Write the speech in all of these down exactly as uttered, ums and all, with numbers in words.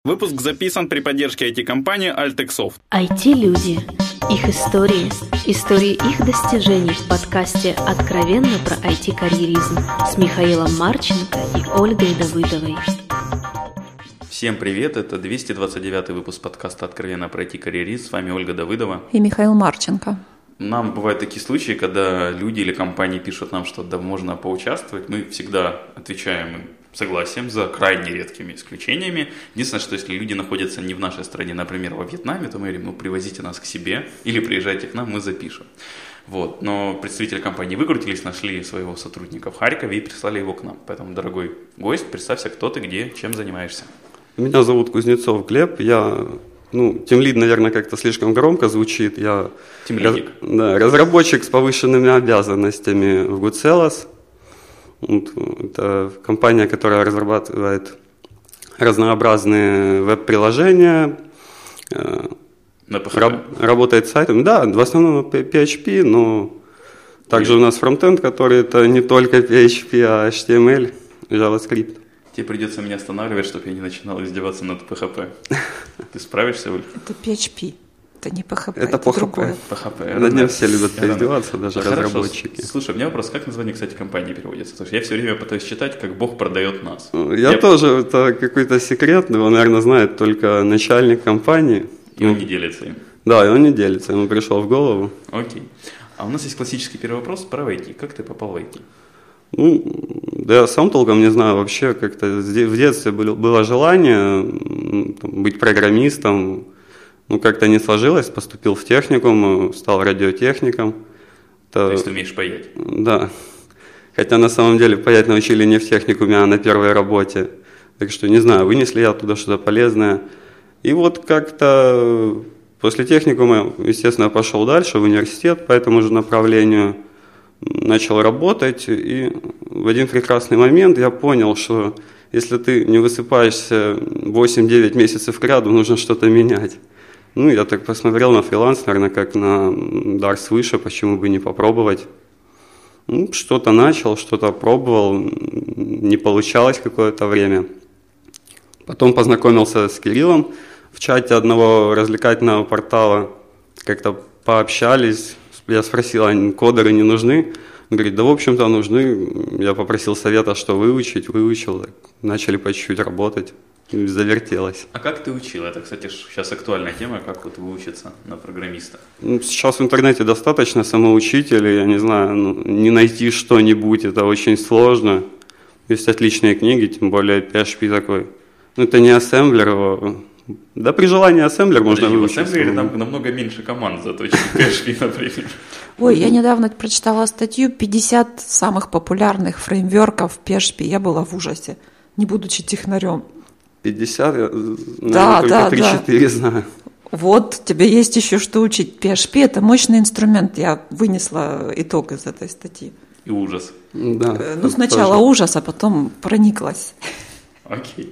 Выпуск записан при поддержке ай ти-компании Altexsoft. ай ти-люди. Их истории. Истории их достижений в подкасте «Откровенно про ай ти-карьеризм» с Михаилом Марченко и Ольгой Давыдовой. Всем привет, это двести двадцать девятый выпуск подкаста «Откровенно про ай ти-карьеризм». С вами Ольга Давыдова. И Михаил Марченко. Нам бывают такие случаи, когда люди или компании пишут нам, что да, можно поучаствовать. Мы всегда отвечаем им согласием, за крайне редкими исключениями. Единственное, что если люди находятся не в нашей стране, например, во Вьетнаме, то мы говорим, ну, привозите нас к себе или приезжайте к нам, мы запишем. Вот. Но представители компании выкрутились, нашли своего сотрудника в Харькове и прислали его к нам. Поэтому, дорогой гость, представься, кто ты, где, чем занимаешься. Меня зовут Кузнецов Глеб, я, ну, тимлид, наверное, как-то слишком громко звучит. Я раз, да, разработчик с повышенными обязанностями в Goodsellas. Это компания, которая разрабатывает разнообразные веб-приложения, на пи эйч пи? Раб, работает с сайтом. Да, в основном пи эйч пи, но также у нас фронтенд, который это не только пи эйч пи, а эйч ти эм эль, JavaScript. Тебе придется меня останавливать, чтобы я не начинал издеваться над пи эйч пи. Ты справишься, Оль? Это пи эйч пи. Это не пи эйч пи, это, это другое. пи эйч пи. Над ним все любят поиздеваться, даже Хорошо. разработчики. Слушай, у меня вопрос, как название, кстати, компании переводится? Потому что я все время пытаюсь читать, как Бог продает нас. Я, я тоже, это какой-то секрет, его, наверное, знает только начальник компании. И он не делится им. Да, и он не делится, ему пришел в голову. Окей. А у нас есть классический первый вопрос про ай ти. Как ты попал в ай ти? Ну, да я сам толком не знаю, вообще как-то в детстве было желание там, быть программистом. Ну, как-то не сложилось, поступил в техникум, стал радиотехником. То, То есть ты умеешь паять? Да. Хотя на самом деле паять научили не в техникуме, а на первой работе. Так что, не знаю, вынесли я оттуда что-то полезное. И вот как-то после техникума, естественно, пошел дальше в университет по этому же направлению. Начал работать, и в один прекрасный момент я понял, что если ты не высыпаешься восемь-девять месяцев кряду, нужно что-то менять. Ну, я так посмотрел на фриланс, наверное, как на дар свыше, почему бы не попробовать. Ну, что-то начал, что-то пробовал, не получалось какое-то время. Потом познакомился с Кириллом в чате одного развлекательного портала, как-то пообщались. Я спросил, а кодеры не нужны? Он говорит, да, в общем-то, нужны. Я попросил совета, что выучить, выучил, так, начали по чуть-чуть работать. Завертелось. А как ты учил? Это, кстати, сейчас актуальная тема, как вот выучиться на программиста. Сейчас в интернете достаточно самоучителей, я не знаю, ну, не найти что-нибудь, это очень сложно. Есть отличные книги, тем более пи эйч пи такой. Ну, это не ассемблер его. Да при желании ассемблер можно Подожди, выучить. В ассемблере там намного меньше команд зато, чем в пи эйч пи, например. Ой, я недавно прочитала статью пятьдесят самых популярных фреймворков пи эйч пи. Я была в ужасе, не будучи технарем. пятьдесят, я, наверное, да, только да, три-четыре да. знаю. Вот, тебе есть еще что учить. пи эйч пи – это мощный инструмент. Я вынесла итог из этой статьи. И ужас. Да, ну, сначала тоже. ужас, а потом прониклась. Окей.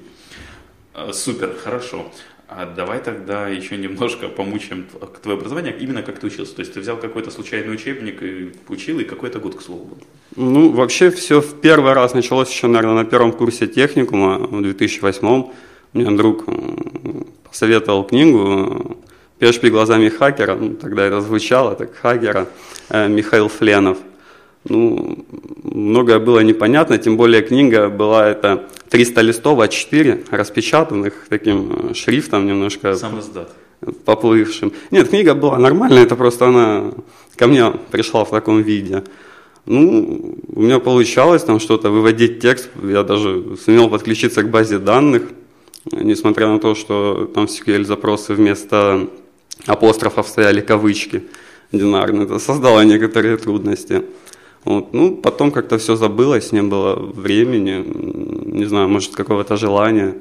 Супер, хорошо. А давай тогда еще немножко помучаем твое образование, именно как ты учился. То есть ты взял какой-то случайный учебник и учил, и какой это год, к слову, был? Ну, вообще все в первый раз началось еще, наверное, на первом курсе техникума в две тысячи восьмом. Мне друг посоветовал книгу «пи эйч пи глазами хакера», ну, тогда это звучало, так, хакера, Михаил Фленов. Ну, многое было непонятно, тем более книга была это триста листов а четыре, распечатанных таким шрифтом немножко Сам издат. Поплывшим. Нет, книга была нормальная, это просто она ко мне пришла в таком виде. Ну, у меня получалось там что-то, выводить текст, я даже сумел подключиться к базе данных, несмотря на то, что там в эс кью эль-запросы вместо апострофов стояли кавычки динарные, это создало некоторые трудности. Вот. Ну, потом как-то все забылось, не было времени, не знаю, может, какого-то желания.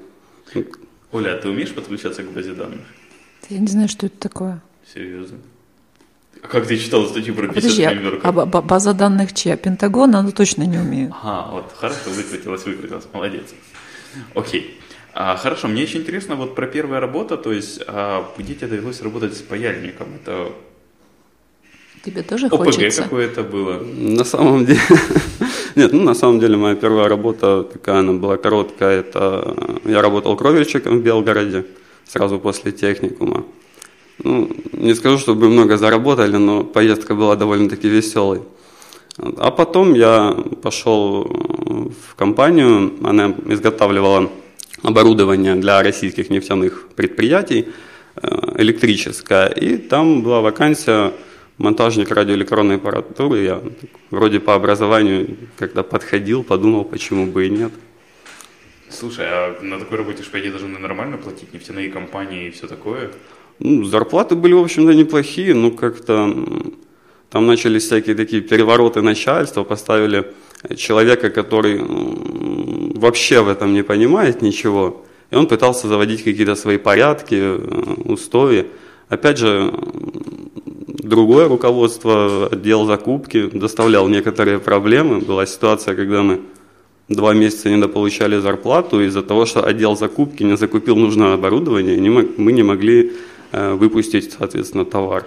Оля, а ты умеешь подключаться к базе данных? Я не знаю, что это такое. Серьезно? А как ты читала статью про пятьдесят Подожди, фреймворков? а, а база данных чья? Пентагона? Ну, точно не умею. Ага, вот, хорошо, выкрутилась, выкрутилась, молодец. Окей. А, хорошо, мне еще интересно вот про первую работу, то есть а, где тебе довелось работать с паяльником? Это Тебе тоже ОПГ хочется? какое-то было? На самом деле, Нет, ну на самом деле моя первая работа такая, она была короткая. Это я работал кровельщиком в Белгороде сразу после техникума. Ну, не скажу, чтобы много заработали, но поездка была довольно-таки веселой. А потом я пошел в компанию, она изготавливала оборудование для российских нефтяных предприятий, электрическое, и там была вакансия монтажник радиоэлектронной аппаратуры. Я вроде по образованию когда подходил, подумал, почему бы и нет. Слушай, а на такой работе ж, по идее, должны нормально платить нефтяные компании и все такое? Ну, зарплаты были, в общем-то, неплохие, но как-то там начались всякие такие перевороты начальства, поставили человека, который вообще в этом не понимает ничего, и он пытался заводить какие-то свои порядки, устои. Опять же, другое руководство, отдел закупки доставлял некоторые проблемы. Была ситуация, когда мы два месяца недополучали зарплату из-за того, что отдел закупки не закупил нужное оборудование, и мы не могли выпустить, соответственно, товар.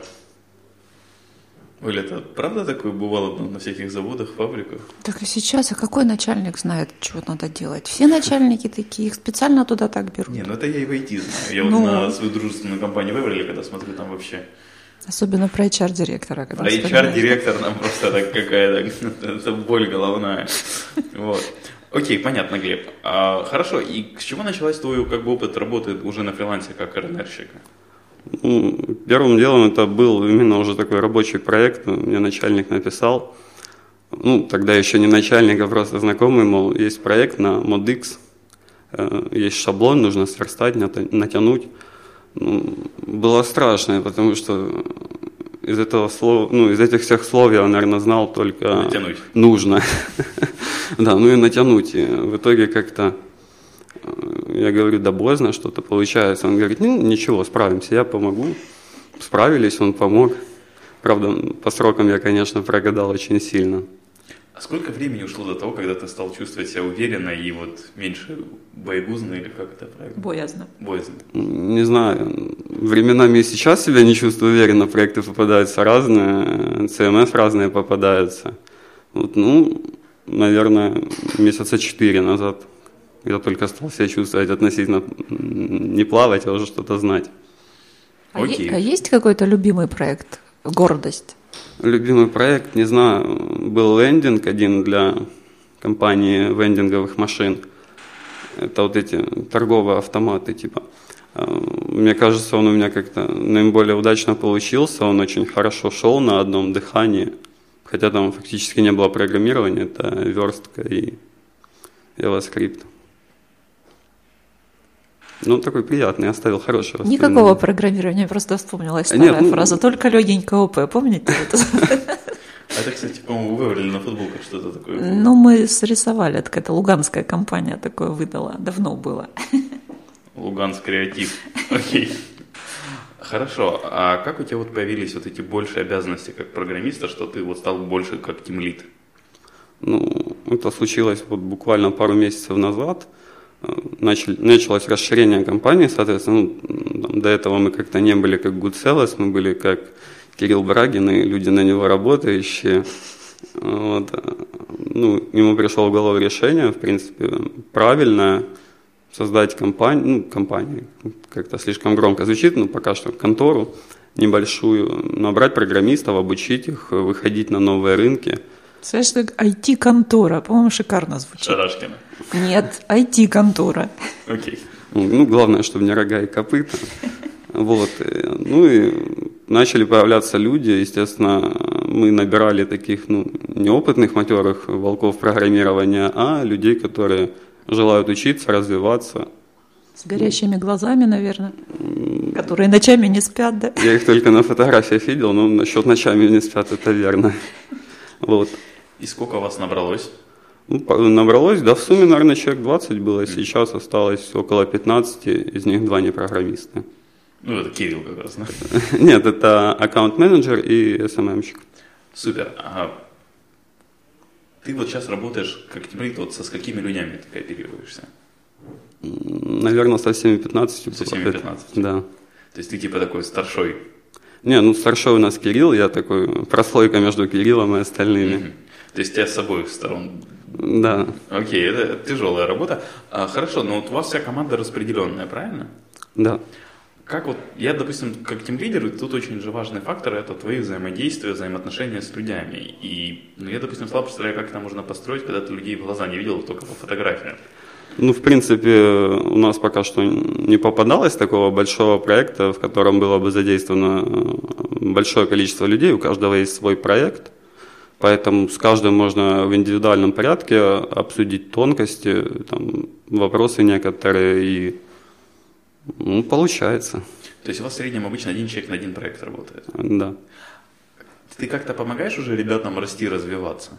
Оля, это правда такое бывало на всяких заводах, фабриках? Так и сейчас, а какой начальник знает, что надо делать? Все начальники такие, их специально туда так берут. Не, ну это я и в ай ти знаю. Я ну, вот на свою дружественную компанию выбрали, когда смотрю там вообще. Особенно про эйч ар-директора. Про эйч ар-директор нам просто так какая-то это боль головная. Вот. Окей, понятно, Глеб. А, хорошо, и с чего началась твой как бы, опыт работы уже на фрилансе как РНРщика? Ну, первым делом это был именно уже такой рабочий проект. Мне начальник написал, ну, тогда еще не начальник, а просто знакомый, мол, есть проект на ModX, есть шаблон, нужно сверстать, натянуть. Ну, было страшно, потому что из этого слова, ну, из этих всех слов я, наверное, знал только натянуть. Нужно. Да, ну и натянуть. И в итоге как-то я говорю, да боязно что-то получается. Он говорит, ну ничего, справимся, я помогу. Справились, он помог. Правда, по срокам я, конечно, прогадал очень сильно. А сколько времени ушло до того, когда ты стал чувствовать себя уверенно и вот меньше боегузно, или как это правильно? Боязно. Боязно. Не знаю, временами и сейчас себя не чувствую уверенно, проекты попадаются разные, си эм эс разные попадаются. Вот, ну, наверное, месяца четыре назад я только стал себя чувствовать относительно не плавать, а уже что-то знать. А, е- а есть какой-то любимый проект, гордость? Любимый проект, не знаю, был лендинг один для компании вендинговых машин. Это вот эти торговые автоматы, типа. Мне кажется, он у меня как-то наиболее удачно получился, он очень хорошо шел на одном дыхании, хотя там фактически не было программирования, это верстка и JavaScript. Ну, такой приятный, оставил хороший воспоминание. Никакого программирования, просто вспомнилась старая Нет, ну, фраза, только легенько ОП, помните это? Это, кстати, по-моему, выбрали на футболках что-то такое. Ну, мы срисовали, это какая-то луганская компания такое выдала, давно было. Луганск креатив, окей. Хорошо, а как у тебя вот появились вот эти большие обязанности как программиста, что ты вот стал больше как тимлид? Ну, это случилось вот буквально пару месяцев назад. Начали, началось расширение компании, соответственно, ну, там, до этого мы как-то не были как Good Sellers, мы были как Кирилл Брагин и люди на него работающие. Вот. Ну, ему пришло в голову решение, в принципе, правильное, создать компанию, ну, компанию, как-то слишком громко звучит, но пока что контору небольшую, набрать программистов, обучить их, выходить на новые рынки. Слышишь, ай ти-контора, по-моему, шикарно звучит. Шарашкина. Нет, ай ти-контора. Окей. Ну, главное, чтобы не рога и копыта. Вот. Ну и начали появляться люди, естественно, мы набирали таких, ну, неопытных, матерых волков программирования, а людей, которые желают учиться, развиваться. С горящими глазами, наверное, которые ночами не спят, да? Я их только на фотографиях видел, но насчет ночами не спят, это верно. Вот. И сколько у вас набралось? Ну, набралось, да, в сумме, наверное, человек двадцать было, сейчас осталось около пятнадцати, из них два не программиста. Ну, это Кирилл как раз, да? Нет, это аккаунт-менеджер и эс эм эм-щик. Супер. А ты вот сейчас работаешь как тимлид, вот со сколькими людьми ты кооперируешься? Наверное, со всеми пятнадцатью. Со всеми пятнадцатью? Да. То есть ты типа такой старшой? Не, ну старшой у нас Кирилл, я такой прослойка между Кириллом и остальными. Mm-hmm. То есть тебя с обоих сторон Да. Окей, это тяжелая работа. А, хорошо, но вот у вас вся команда распределенная, правильно? Да. Как вот, я, допустим, как тимлидер, тут очень же важный фактор – это твои взаимодействия, взаимоотношения с людьми. И ну, я, допустим, слабо представляю, как это можно построить, когда ты людей в глаза не видел, только по фотографиям. Ну, в принципе, у нас пока что не попадалось такого большого проекта, в котором было бы задействовано большое количество людей, у каждого есть свой проект, поэтому с каждым можно в индивидуальном порядке обсудить тонкости, там, вопросы некоторые, и ну, получается. То есть у вас в среднем обычно один человек на один проект работает? Да. Ты как-то помогаешь уже ребятам расти, развиваться?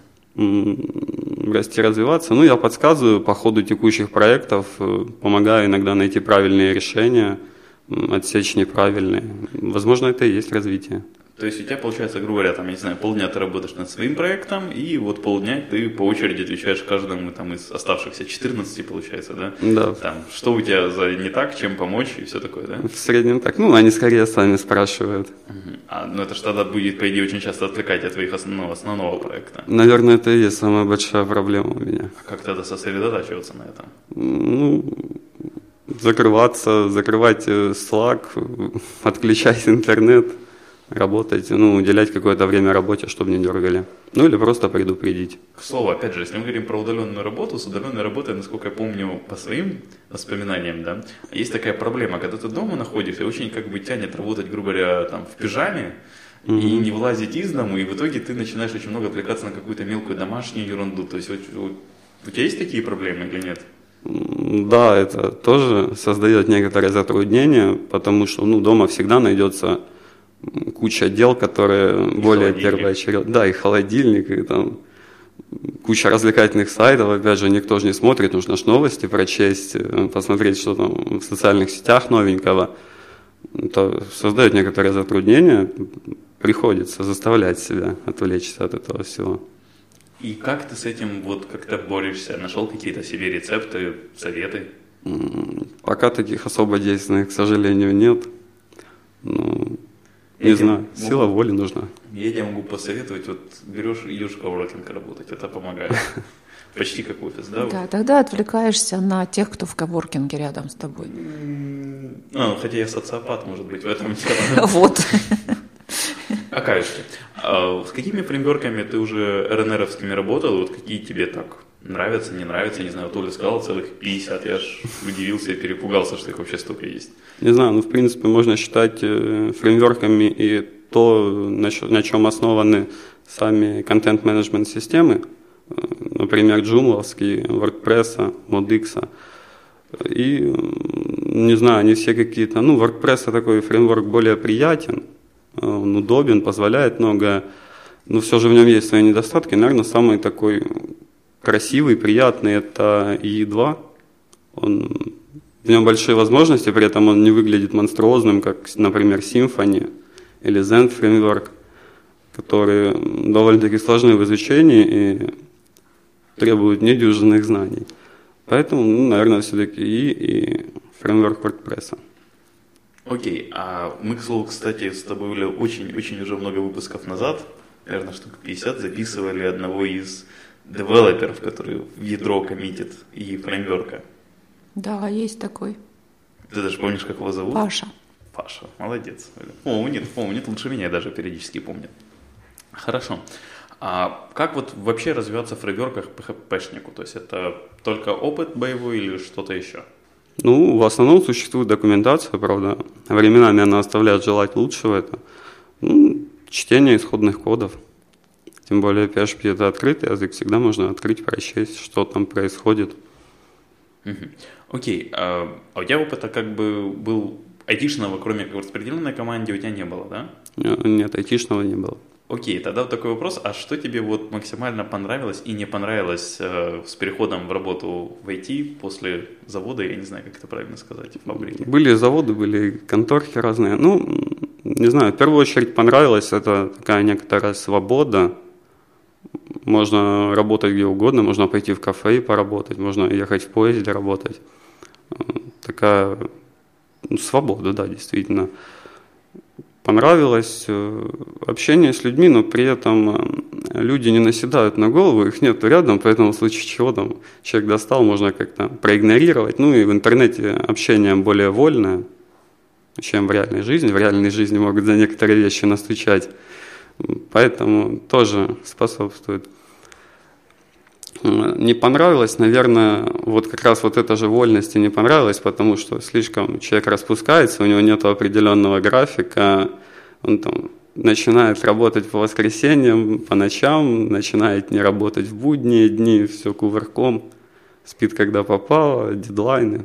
Расти, развиваться. Ну, я подсказываю по ходу текущих проектов, помогаю иногда найти правильные решения, отсечь неправильные. Возможно, это и есть развитие. То есть у тебя получается, грубо говоря, там, я не знаю, полдня ты работаешь над своим проектом, и вот полдня ты по очереди отвечаешь каждому там, из оставшихся четырнадцати, получается, да? Да. Там, что у тебя за не так, чем помочь и все такое, да? В среднем так. Ну, они скорее сами спрашивают. Угу. А, ну, это же тогда будет, по идее, очень часто отвлекать от твоих основного, основного проекта. Наверное, это и есть самая большая проблема у меня. А как тогда сосредотачиваться на этом? Ну, закрываться, закрывать Slack, отключать интернет. Работать, ну, уделять какое-то время работе, чтобы не дергали. Ну, или просто предупредить. К слову, опять же, если мы говорим про удаленную работу, с удаленной работой, насколько я помню по своим воспоминаниям, да, есть такая проблема, когда ты дома находишься, очень как бы тянет работать, грубо говоря, там, в пижаме, mm-hmm. и не вылазить из дому, и в итоге ты начинаешь очень много отвлекаться на какую-то мелкую домашнюю ерунду. То есть вот, вот, у тебя есть такие проблемы или нет? Да, это тоже создает некоторые затруднения, потому что, ну, дома всегда найдется куча дел, которые и более первоочередные. Да, и холодильник, и там куча развлекательных сайтов, опять же, никто же не смотрит, нужно же новости прочесть, посмотреть, что там в социальных сетях новенького. Это создает некоторые затруднения, приходится заставлять себя отвлечься от этого всего. И как ты с этим вот как-то борешься? Нашел какие-то себе рецепты, советы? Пока таких особо действенных, к сожалению, нет. Ну, не я знаю, могу, сила воли нужна. Я тебе могу посоветовать, вот берешь, идешь в коворкинг работать, это помогает. Почти как офис, да? Да, тогда отвлекаешься на тех, кто в коворкинге рядом с тобой. А, хотя я социопат, может быть, в этом дело. Вот. А кажется, а с какими фреймворками ты уже эр эн эр-овскими работал, вот какие тебе так нравятся, не нравятся, не знаю, Толя сказал целых пятьдесят, я аж удивился и перепугался, что их вообще столько есть. Не знаю, ну в принципе можно считать фреймворками и то, на чем основаны сами контент-менеджмент системы, например, Joomla-овский, WordPress, Modix. И, не знаю, они все какие-то, ну, WordPress такой фреймворк более приятен, он удобен, позволяет многое, но все же в нем есть свои недостатки. Наверное, самый такой красивый, приятный – это и и два. Он, в нем большие возможности, при этом он не выглядит монструозным, как, например, Symfony или Zen Framework, которые довольно-таки сложны в изучении и требуют недюжинных знаний. Поэтому, ну, наверное, все-таки и, и фреймворк WordPress. Окей, okay. А мы, к слову, кстати, с тобой были очень-очень уже много выпусков назад, наверное, штук пятьдесят, записывали одного из девелоперов, который в ядро коммитит и фреймворка. Да, есть такой. Ты даже помнишь, как его зовут? Паша. Паша, молодец. Помнит, помнит, лучше меня даже периодически помнит. Хорошо. А как вот вообще развиваться в фреймворках пи эйч пи-шнику? То есть это только опыт боевой или что-то еще? Ну, в основном существует документация, правда. Временами она оставляет желать лучшего. Это ну, чтение исходных кодов. Тем более пи эйч пи это открытый язык, всегда можно открыть, прочесть, что там происходит. Угу. Окей, а, а у тебя опыта как бы был айтишного, кроме как в распределенной команде, у тебя не было, да? Нет, айтишного не было. Окей, тогда вот такой вопрос, а что тебе вот максимально понравилось и не понравилось э, с переходом в работу в ай ти после завода, я не знаю, как это правильно сказать, фабрики? Были заводы, были конторки разные. Ну, не знаю, в первую очередь понравилось, это такая некоторая свобода. Можно работать где угодно, можно пойти в кафе и поработать, можно ехать в поезде работать. Такая ну, свобода, да, действительно. Понравилось общение с людьми, но при этом люди не наседают на голову, их нету рядом, поэтому в случае чего там человек достал, можно как-то проигнорировать. Ну и в интернете общение более вольное, чем в реальной жизни. В реальной жизни могут за некоторые вещи настучать, поэтому тоже способствует. Не понравилось, наверное, вот как раз вот эта же вольность и не понравилась, потому что слишком человек распускается, у него нет определенного графика, он там начинает работать по воскресеньям, по ночам, начинает не работать в будние дни, все кувырком, спит когда попало, дедлайны.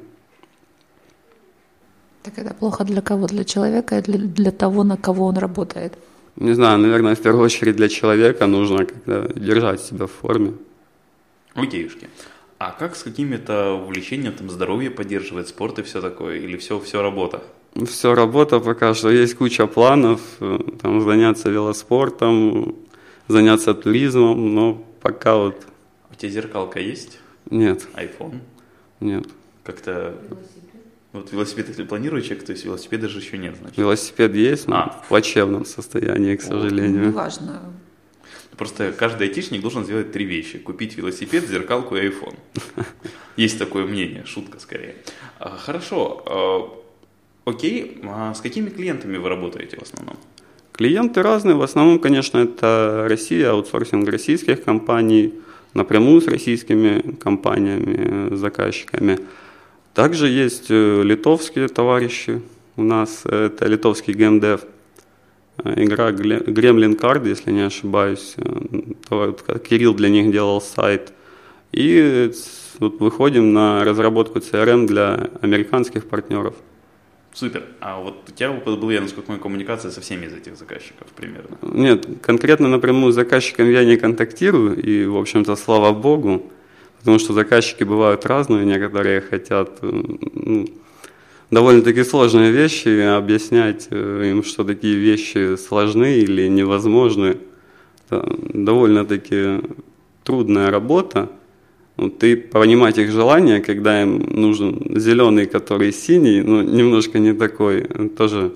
Так это плохо для кого? Для человека или для, для того, на кого он работает? Не знаю, наверное, в первую очередь для человека нужно как-то держать себя в форме. Окейушки. А как с какими-то увлечениями, там, здоровье поддерживает, спорт и все такое? Или все, все работа? Все работа пока что. Есть куча планов, там, заняться велоспортом, заняться туризмом, но пока вот... У тебя зеркалка есть? Нет. Айфон? Нет. Как-то... Велосипед? Вот велосипед, если планирует человек, то есть велосипеда же еще нет, значит. Велосипед есть, но а. в плачевном состоянии, к сожалению. Ну, важно. Просто каждый айтишник должен сделать три вещи. Купить велосипед, зеркалку и айфон. Есть такое мнение, шутка скорее. Хорошо. Окей. А с какими клиентами вы работаете в основном? Клиенты разные. В основном, конечно, это Россия, аутсорсинг российских компаний, напрямую с российскими компаниями, заказчиками. Также есть литовские товарищи у нас. Это литовский геймдев. Игра Gremlin Card, если не ошибаюсь. Кирилл для них делал сайт. И вот выходим на разработку си ар эм для американских партнеров. Супер. А вот у тебя опыт был, я насколько понимаю, коммуникация со всеми из этих заказчиков примерно? Нет, конкретно напрямую с заказчиком я не контактирую. И, в общем-то, слава богу. Потому что заказчики бывают разные. Некоторые хотят... Ну, довольно-таки сложные вещи, объяснять им, что такие вещи сложны или невозможны, это довольно-таки трудная работа. Ты понимать их желания, когда им нужен зеленый, который синий, ну, немножко не такой, тоже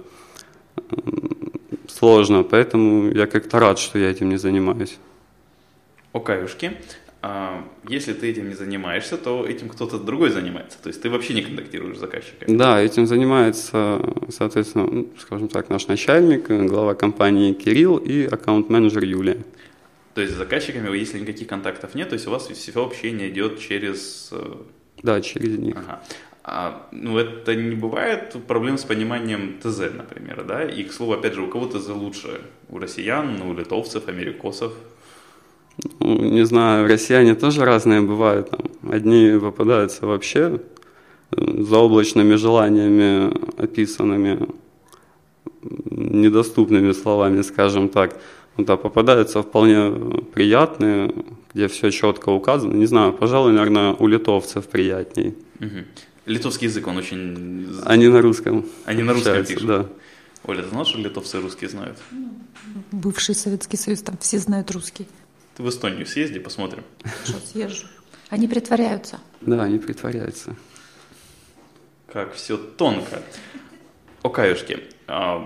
сложно, поэтому я как-то рад, что я этим не занимаюсь. Окейушки. Если ты этим не занимаешься, то этим кто-то другой занимается. То есть ты вообще не контактируешь с заказчиками. Да, этим занимается, соответственно, ну, скажем так, наш начальник, глава компании Кирилл и аккаунт-менеджер Юлия. То есть с заказчиками, если никаких контактов нет, то есть у вас все общение идет через... Да, через них. Ага. А, ну, это не бывает проблем с пониманием ТЗ, например, да? И, к слову, опять же, у кого ТЗ лучше? У россиян, у литовцев, америкосов? Ну, не знаю, россияне тоже разные бывают. Там. Одни попадаются вообще заоблачными желаниями, описанными недоступными словами, скажем так. Вот, а попадаются вполне приятные, где все четко указано. Не знаю, пожалуй, наверное, у литовцев приятней. Угу. Литовский язык, он очень... Они на русском. Они на русском пишут? Да. Оля, ты знала, что литовцы русские знают? Бывший Советский Союз, там все знают русский. Ты в Эстонию съезди, посмотрим. Что, съезжу. Они притворяются. Да, они притворяются. Как все тонко. Окаюшки. А...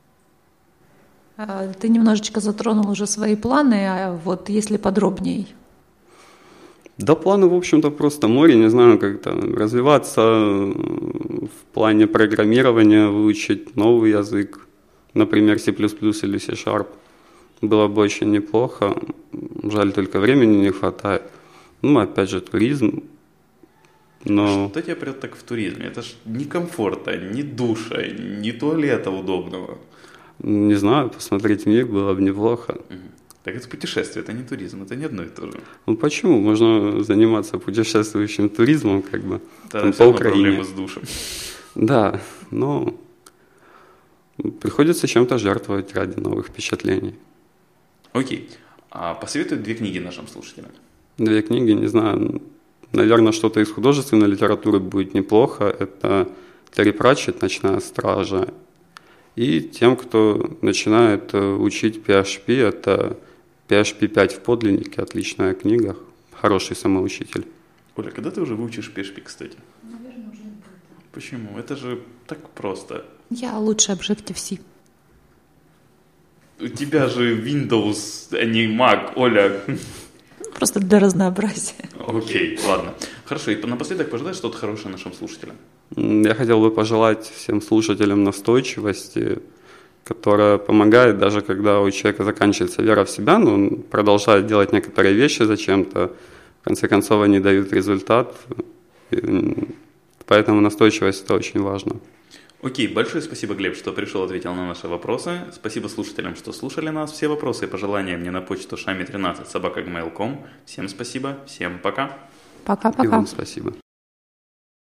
Ты немножечко затронул уже свои планы, а вот если подробней? Да, планы, в общем-то, просто море, не знаю, как-то развиваться в плане программирования, выучить новый язык, например, C++ или C-Sharp. Было бы очень неплохо, жаль, только времени не хватает. Ну, опять же, туризм. Но... Что тебя прет так в туризме? Это ж ни комфорта, ни душа, ни туалета удобного. Не знаю, посмотреть мир было бы неплохо. Угу. Так это путешествие, это не туризм, это не одно и то же. Ну почему? Можно заниматься путешествующим туризмом, как бы, там, по Украине. Проблемы с душем. Да, но приходится чем-то жертвовать ради новых впечатлений. Окей. А посоветуй две книги нашим слушателям. Две книги, не знаю. Наверное, что-то из художественной литературы будет неплохо. Это Терри Пратчетт «Ночная стража». И тем, кто начинает учить пи эйч пи, это пи эйч пи пять в подлиннике, отличная книга, хороший самоучитель. Оля, когда ты уже выучишь пи эйч пи, кстати? Наверное, уже не будет. Почему? Это же так просто. Я лучше Objective-C. У тебя же Windows, а не Mac, Оля. Просто для разнообразия. Окей, ладно. Хорошо, и напоследок пожелай что-то хорошее нашим слушателям. Я хотел бы пожелать всем слушателям настойчивости, которая помогает, даже когда у человека заканчивается вера в себя, но он продолжает делать некоторые вещи зачем-то, в конце концов они дают результат, поэтому настойчивость – это очень важно. Окей, большое спасибо, Глеб, что пришел, ответил на наши вопросы. Спасибо слушателям, что слушали нас. Все вопросы и пожелания мне на почту шами тринадцать собака джи мейл точка ком. Всем спасибо, всем пока. Пока-пока. И вам спасибо.